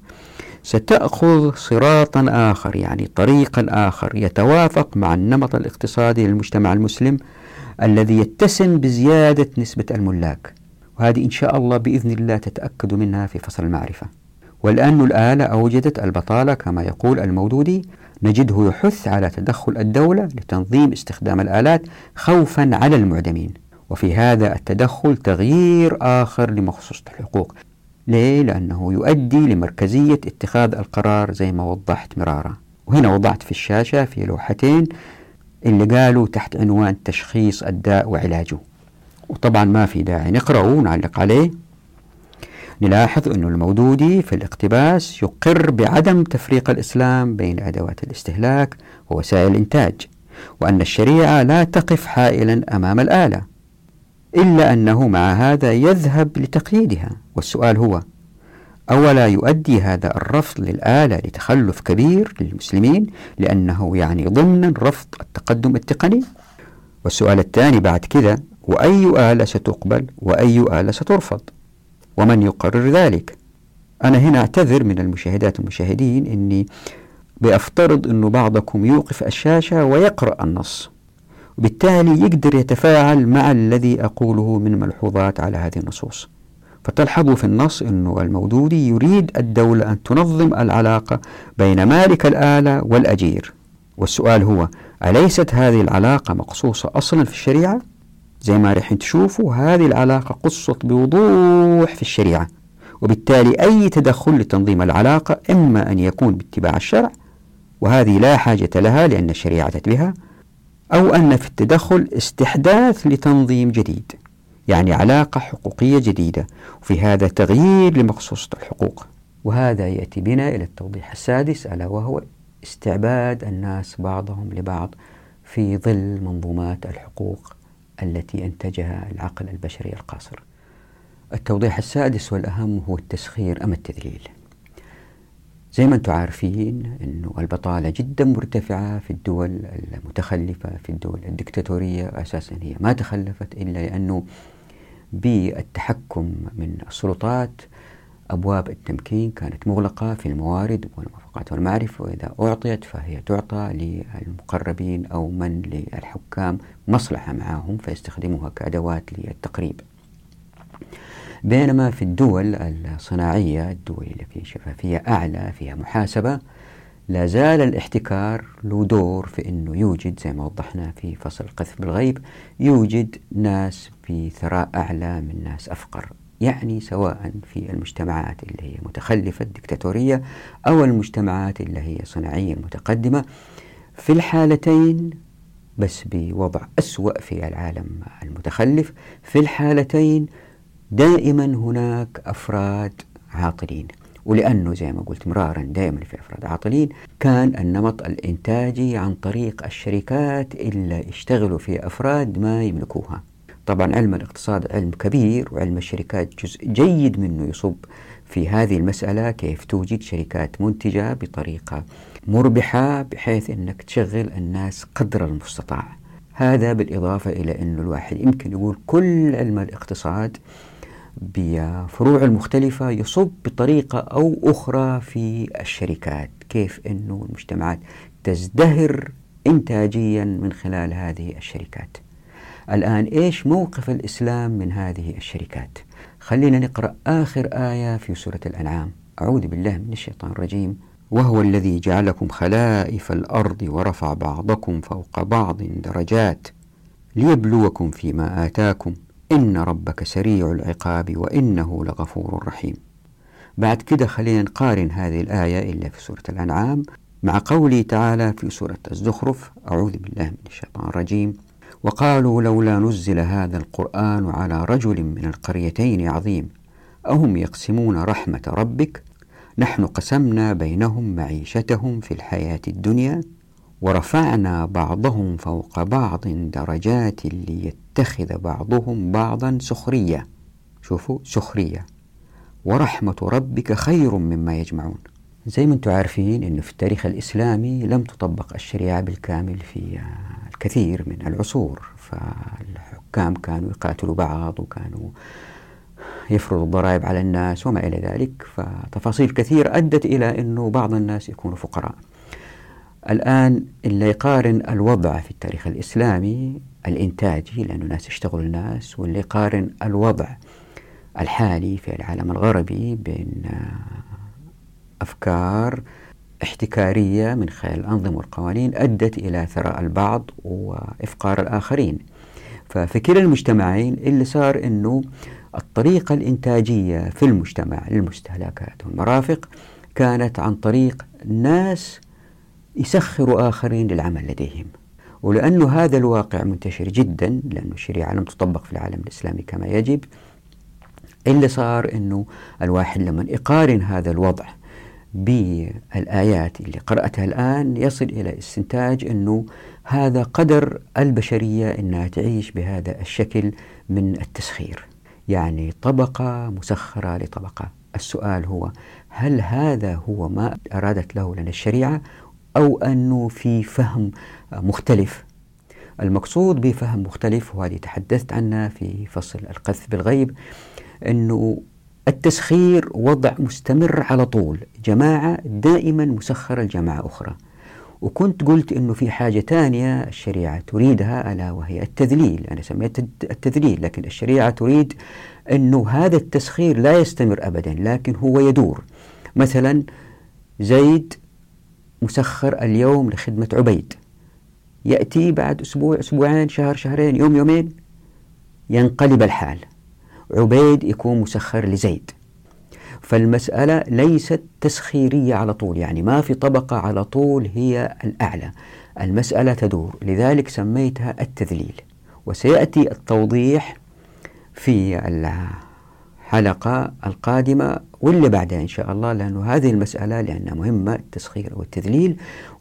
ستأخذ صراطا آخر، يعني طريقا آخر يتوافق مع النمط الاقتصادي للمجتمع المسلم الذي يتسم بزيادة نسبة الملاك. وهذه إن شاء الله بإذن الله تتأكد منها في فصل المعرفة. والآن الآلة أوجدت البطالة كما يقول المودودي، نجده يحث على تدخل الدولة لتنظيم استخدام الآلات خوفا على المعدمين. وفي هذا التدخل تغيير آخر لمخصوصة الحقوق. ليه؟ لأنه يؤدي لمركزية اتخاذ القرار زي ما وضحت مرارا. وهنا وضعت في الشاشة في لوحتين اللي قالوا تحت عنوان تشخيص الداء وعلاجه، وطبعا ما في داعي نقرأه ونعلق عليه. نلاحظ أن المودودي في الاقتباس يقر بعدم تفريق الإسلام بين أدوات الاستهلاك ووسائل الإنتاج، وأن الشريعة لا تقف حائلا أمام الآلة، إلا أنه مع هذا يذهب لتقييدها. والسؤال هو: أولا يؤدي هذا الرفض للآلة لتخلف كبير للمسلمين، لأنه يعني ضمن رفض التقدم التقني؟ والسؤال الثاني بعد كذا: وأي آلة ستقبل وأي آلة سترفض؟ ومن يقرر ذلك؟ أنا هنا أعتذر من المشاهدات والمشاهدين أني بأفترض أنه بعضكم يوقف الشاشة ويقرأ النص، وبالتالي يقدر يتفاعل مع الذي أقوله من ملحوظات على هذه النصوص. فتلحظوا في النص أنه المودودي يريد الدولة أن تنظم العلاقة بين مالك الآلة والأجير. والسؤال هو: أليست هذه العلاقة مقصوصة أصلا في الشريعة؟ زي ما رح تشوفوا هذه العلاقة قصت بوضوح في الشريعة، وبالتالي أي تدخل لتنظيم العلاقة إما أن يكون باتباع الشرع وهذه لا حاجة لها لأن الشريعة أتت بها، أو أن في التدخل استحداث لتنظيم جديد، يعني علاقة حقوقية جديدة، وفي هذا تغيير لمقصوصة الحقوق. وهذا يأتي بنا إلى التوضيح السادس، ألا وهو استعباد الناس بعضهم لبعض في ظل منظومات الحقوق التي أنتجها العقل البشري القاصر. التوضيح السادس والأهم هو التسخير أم التذليل. زي ما أنتم عارفين أن البطالة جدا مرتفعة في الدول المتخلفة، في الدول الدكتاتورية، أساسا هي ما تخلفت إلا لأنه بالتحكم من السلطات أبواب التمكين كانت مغلقة في الموارد والمرافقات والمعرفة، وإذا أعطيت فهي تعطى للمقربين أو من للحكام مصلحة معهم فيستخدموها كأدوات للتقريب. بينما في الدول الصناعية، الدول اللي فيها شفافية أعلى، فيها محاسبة، لا زال الاحتكار له دور في أنه يوجد، زي ما وضحنا في فصل القذف بالغيب، يوجد ناس بثراء أعلى من ناس أفقر، يعني سواء في المجتمعات اللي هي متخلفة الدكتاتورية أو المجتمعات اللي هي صناعية متقدمة. في الحالتين، بس بوضع أسوأ في العالم المتخلف، في الحالتين دائما هناك أفراد عاطلين. ولأنه زي ما قلت مرارا دائما في أفراد عاطلين، كان النمط الإنتاجي عن طريق الشركات اللي يشتغلوا في أفراد ما يملكوها. طبعا علم الاقتصاد علم كبير، وعلم الشركات جزء جيد منه يصب في هذه المسألة، كيف توجد شركات منتجة بطريقة مربحة بحيث أنك تشغل الناس قدر المستطاع. هذا بالإضافة إلى أنه الواحد يمكن يقول كل علم الاقتصاد بفروع المختلفة يصب بطريقة أو أخرى في الشركات، كيف أنه المجتمعات تزدهر إنتاجيا من خلال هذه الشركات. الآن إيش موقف الإسلام من هذه الشركات؟ خلينا نقرأ آخر آية في سورة الأنعام. أعوذ بالله من الشيطان الرجيم. وهو الذي جعلكم خلائف الأرض ورفع بعضكم فوق بعض درجات ليبلوكم فيما آتاكم إن ربك سريع العقاب وإنه لغفور رحيم. بعد كده خلينا نقارن هذه الآية اللي في سورة الأنعام مع قوله تعالى في سورة الزخرف. أعوذ بالله من الشيطان الرجيم. وقالوا لولا نزل هذا القرآن على رجل من القريتين عظيم أهم يقسمون رحمة ربك نحن قسمنا بينهم معيشتهم في الحياة الدنيا ورفعنا بعضهم فوق بعض درجات ليتخذ بعضهم بعضا سخرية. شوفوا، سخرية. ورحمة ربك خير مما يجمعون. زي ما انتم عارفين أنه في التاريخ الإسلامي لم تطبق الشريعة بالكامل في الكثير من العصور، فالحكام كانوا يقاتلوا بعض وكانوا يفرضوا الضرائب على الناس وما إلى ذلك، فتفاصيل كثير أدت إلى أنه بعض الناس يكونوا فقراء. الآن اللي يقارن الوضع في التاريخ الإسلامي الإنتاجي، لأنه الناس يشتغلوا الناس، واللي يقارن الوضع الحالي في العالم الغربي بين أفكار احتكارية من خلال الأنظمة والقوانين أدت إلى ثراء البعض وإفقار الآخرين. ففي كلا المجتمعين اللي صار أنه الطريقة الإنتاجية في المجتمع للمستهلكات والمرافق كانت عن طريق ناس يسخروا آخرين للعمل لديهم. ولأنه هذا الواقع منتشر جدا، لأنه الشريعة لم تطبق في العالم الإسلامي كما يجب، اللي صار أنه الواحد لما يقارن هذا الوضع بالآيات اللي قرأتها الآن يصل إلى استنتاج أنه هذا قدر البشرية أنها تعيش بهذا الشكل من التسخير، يعني طبقة مسخرة لطبقة. السؤال هو، هل هذا هو ما أرادت له لنا الشريعة أو أنه في فهم مختلف؟ المقصود بفهم مختلف وهذه تحدثت عنها في فصل القذف بالغيب، أنه التسخير وضع مستمر على طول، جماعة دائما مسخرة لجماعة أخرى. وكنت قلت أنه في حاجة تانية الشريعة تريدها، ألا وهي التذليل. أنا سميت التذليل، لكن الشريعة تريد أنه هذا التسخير لا يستمر أبدا، لكن هو يدور. مثلا زيد مسخر اليوم لخدمة عبيد، يأتي بعد أسبوع، أسبوعين، شهر، شهرين، يوم، يومين، ينقلب الحال، عبيد يكون مسخر لزيد. فالمسألة ليست تسخيرية على طول، يعني ما في طبقة على طول هي الأعلى، المسألة تدور، لذلك سميتها التذليل. وسيأتي التوضيح في الحلقة القادمة واللي بعدها إن شاء الله، لأن هذه المسألة لأنها مهمة، التسخير والتذليل،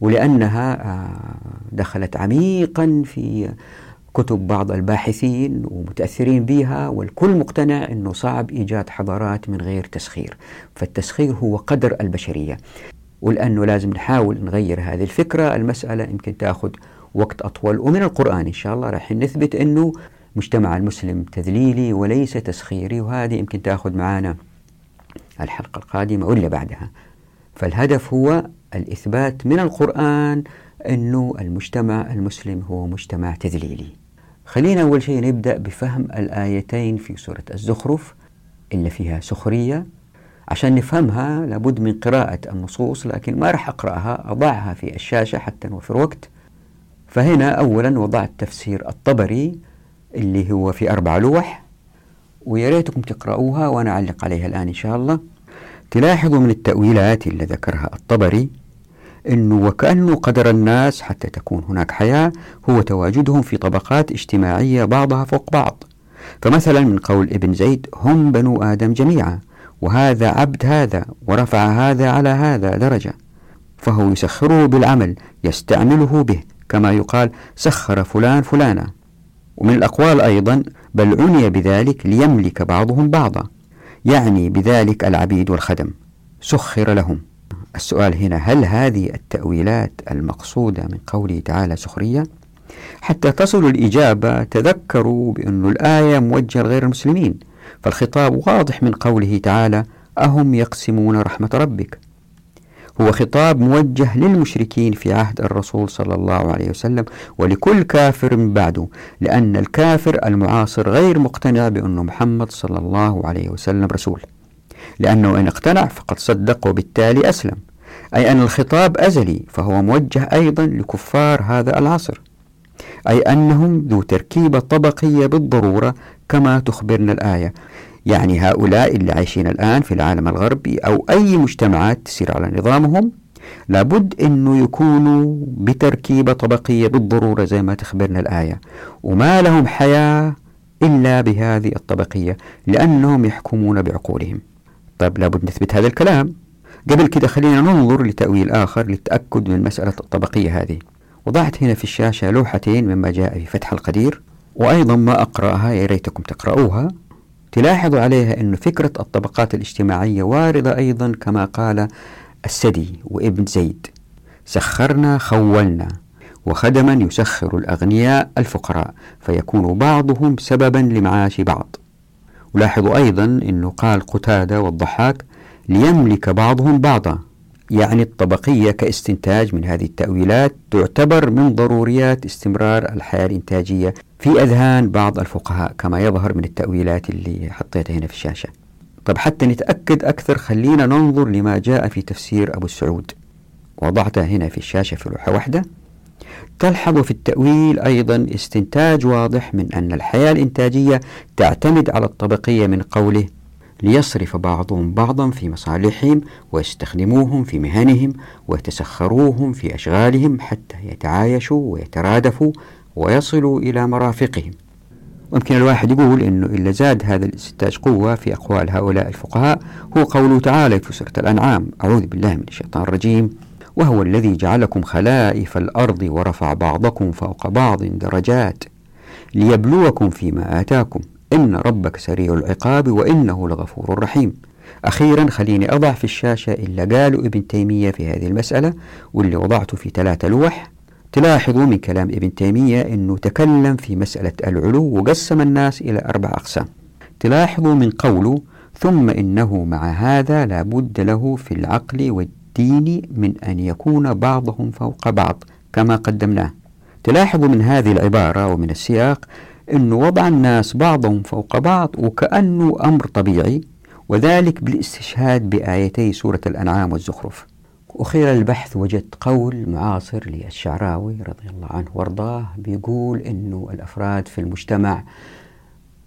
ولأنها دخلت عميقا في كتب بعض الباحثين ومتأثرين بها، والكل مقتنع أنه صعب إيجاد حضارات من غير تسخير، فالتسخير هو قدر البشرية، ولأنه لازم نحاول نغير هذه الفكرة. المسألة يمكن تأخذ وقت أطول، ومن القرآن إن شاء الله راح نثبت أنه مجتمع المسلم تذليلي وليس تسخيري، وهذه يمكن تأخذ معنا الحلقة القادمة واللي بعدها. فالهدف هو الإثبات من القرآن أنه المجتمع المسلم هو مجتمع تذليلي. خلينا أول شيء نبدأ بفهم الآيتين في سورة الزخرف اللي فيها سخرية. عشان نفهمها لابد من قراءة النصوص، لكن ما راح أقرأها، أضعها في الشاشة حتى نوفر وقت. فهنا أولا وضعت تفسير الطبري اللي هو في 4 لوح، ويا ريتكم تقرأوها وأنا أعلق عليها الآن إن شاء الله. تلاحظوا من التأويلات اللي ذكرها الطبري أنه وكأنه قدر الناس حتى تكون هناك حياة هو تواجدهم في طبقات اجتماعية بعضها فوق بعض. فمثلا من قول ابن زيد: هم بنو آدم جميعا، وهذا عبد هذا، ورفع هذا على هذا درجة، فهو يسخره بالعمل يستعمله به، كما يقال سخر فلان فلانا. ومن الأقوال أيضا: بل عني بذلك ليملك بعضهم بعضا، يعني بذلك العبيد والخدم سخر لهم. السؤال هنا: هل هذه التأويلات المقصودة من قوله تعالى سخرية؟ حتى تصلوا الإجابة تذكروا بأن الآية موجهة لغير المسلمين، فالخطاب واضح من قوله تعالى: أهم يقسمون رحمة ربك. هو خطاب موجه للمشركين في عهد الرسول صلى الله عليه وسلم ولكل كافر من بعده، لأن الكافر المعاصر غير مقتنع بأن محمد صلى الله عليه وسلم رسول، لأنه إن اقتنع فقد صدق وبالتالي أسلم، أي أن الخطاب أزلي، فهو موجه أيضا لكفار هذا العصر، أي أنهم ذو تركيبة طبقية بالضرورة كما تخبرنا الآية. يعني هؤلاء اللي عايشين الآن في العالم الغربي أو أي مجتمعات تسير على نظامهم لابد أنه يكونوا بتركيبة طبقية بالضرورة زي ما تخبرنا الآية، وما لهم حياة إلا بهذه الطبقية لأنهم يحكمون بعقولهم. طيب لابد نثبت هذا الكلام. قبل كده خلينا ننظر لتأويل آخر للتأكد من مسألة الطبقية هذه. وضعت هنا في الشاشة لوحتين مما جاء في فتح القدير، وأيضا ما أقرأها، يا ريتكم تقرأوها. تلاحظوا عليها أن فكرة الطبقات الاجتماعية واردة أيضا كما قال السدي وابن زيد: سخرنا خولنا، وخدما يسخر الأغنياء الفقراء، فيكون بعضهم سببا لمعاش بعض. ولاحظوا أيضا أنه قال قتادة والضحاك: ليملك بعضهم بعضا، يعني الطبقية كاستنتاج من هذه التأويلات تعتبر من ضروريات استمرار الحياة الإنتاجية في أذهان بعض الفقهاء كما يظهر من التأويلات اللي حطيتها هنا في الشاشة. طب حتى نتأكد أكثر خلينا ننظر لما جاء في تفسير أبو السعود، وضعتها هنا في الشاشة في لوحة واحدة. تلحظوا في التأويل أيضا استنتاج واضح من أن الحياة الإنتاجية تعتمد على الطبقية من قوله: ليصرف بعضهم بعضا في مصالحهم ويستخدموهم في مهنهم ويتسخروهم في أشغالهم حتى يتعايشوا ويترادفوا ويصلوا إلى مرافقهم. ممكن الواحد يقول إنه إلا زاد هذا الاستنتاج قوة في أقوال هؤلاء الفقهاء هو قوله تعالى في سورة الأنعام: أعوذ بالله من الشيطان الرجيم: وهو الذي جعلكم خلائف الأرض ورفع بعضكم فوق بعض درجات ليبلوكم فيما آتاكم إن ربك سريع العقاب وإنه لغفور رحيم. أخيرا خليني أضع في الشاشة إلا قالوا ابن تيمية في هذه المسألة، واللي وضعته في 3 لوح. تلاحظوا من كلام ابن تيمية أنه تكلم في مسألة العلو وقسم الناس إلى 4 أقسام. تلاحظوا من قوله: ثم إنه مع هذا لا بد له في العقل والدين من أن يكون بعضهم فوق بعض كما قدمناه. تلاحظوا من هذه العبارة ومن السياق أنه وضع الناس بعضهم فوق بعض وكأنه أمر طبيعي، وذلك بالاستشهاد بآيتي سورة الأنعام والزخرف. وخير البحث وجدت قول معاصر للشعراوي رضي الله عنه وارضاه، بيقول إنه الأفراد في المجتمع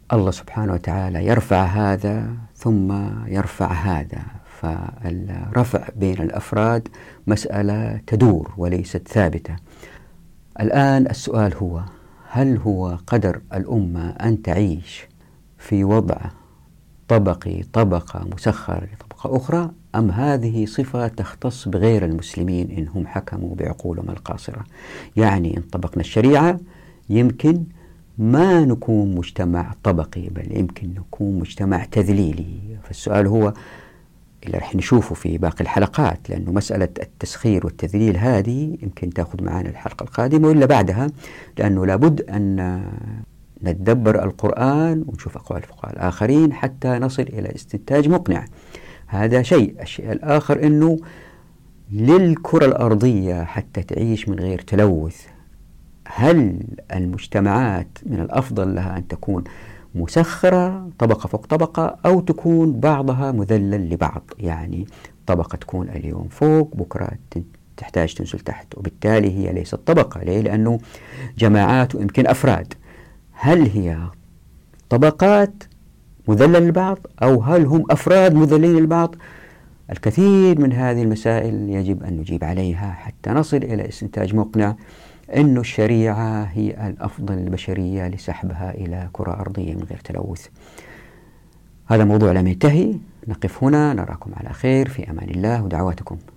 الله سبحانه وتعالى يرفع هذا ثم يرفع هذا، فالرفع بين الأفراد مسألة تدور وليست ثابتة. الآن السؤال هو: هل هو قدر الأمة أن تعيش في وضع طبقي، طبقة مسخرة لطبقة أخرى، أم هذه صفة تختص بغير المسلمين إن هم حكموا بعقولهم القاصرة؟ يعني إن طبقنا الشريعة يمكن ما نكون مجتمع طبقي، بل يمكن نكون مجتمع تذليلي. فالسؤال هو اللي رح نشوفه في باقي الحلقات، لأنه مسألة التسخير والتذليل هذه يمكن تأخذ معنا الحلقة القادمة وإلا بعدها، لأنه لابد أن نتدبر القرآن ونشوف أقوال الفقهاء الآخرين حتى نصل إلى استنتاج مقنع. هذا شيء. الشيء الآخر أنه للكرة الأرضية حتى تعيش من غير تلوث، هل المجتمعات من الأفضل لها أن تكون مسخرة طبقة فوق طبقة، أو تكون بعضها مذلل لبعض؟ يعني طبقة تكون اليوم فوق بكرة تحتاج تنزل تحت، وبالتالي هي ليست طبقة. ليه؟ لأنه جماعات ويمكن أفراد. هل هي طبقات مذلل للبعض، أو هل هم أفراد مذللين للبعض؟ الكثير من هذه المسائل يجب أن نجيب عليها حتى نصل إلى استنتاج مقنع أن الشريعة هي الأفضل للبشرية لسحبها إلى كرة أرضية من غير تلوث. هذا موضوع لم ينتهي، نقف هنا، نراكم على خير، في أمان الله ودعواتكم.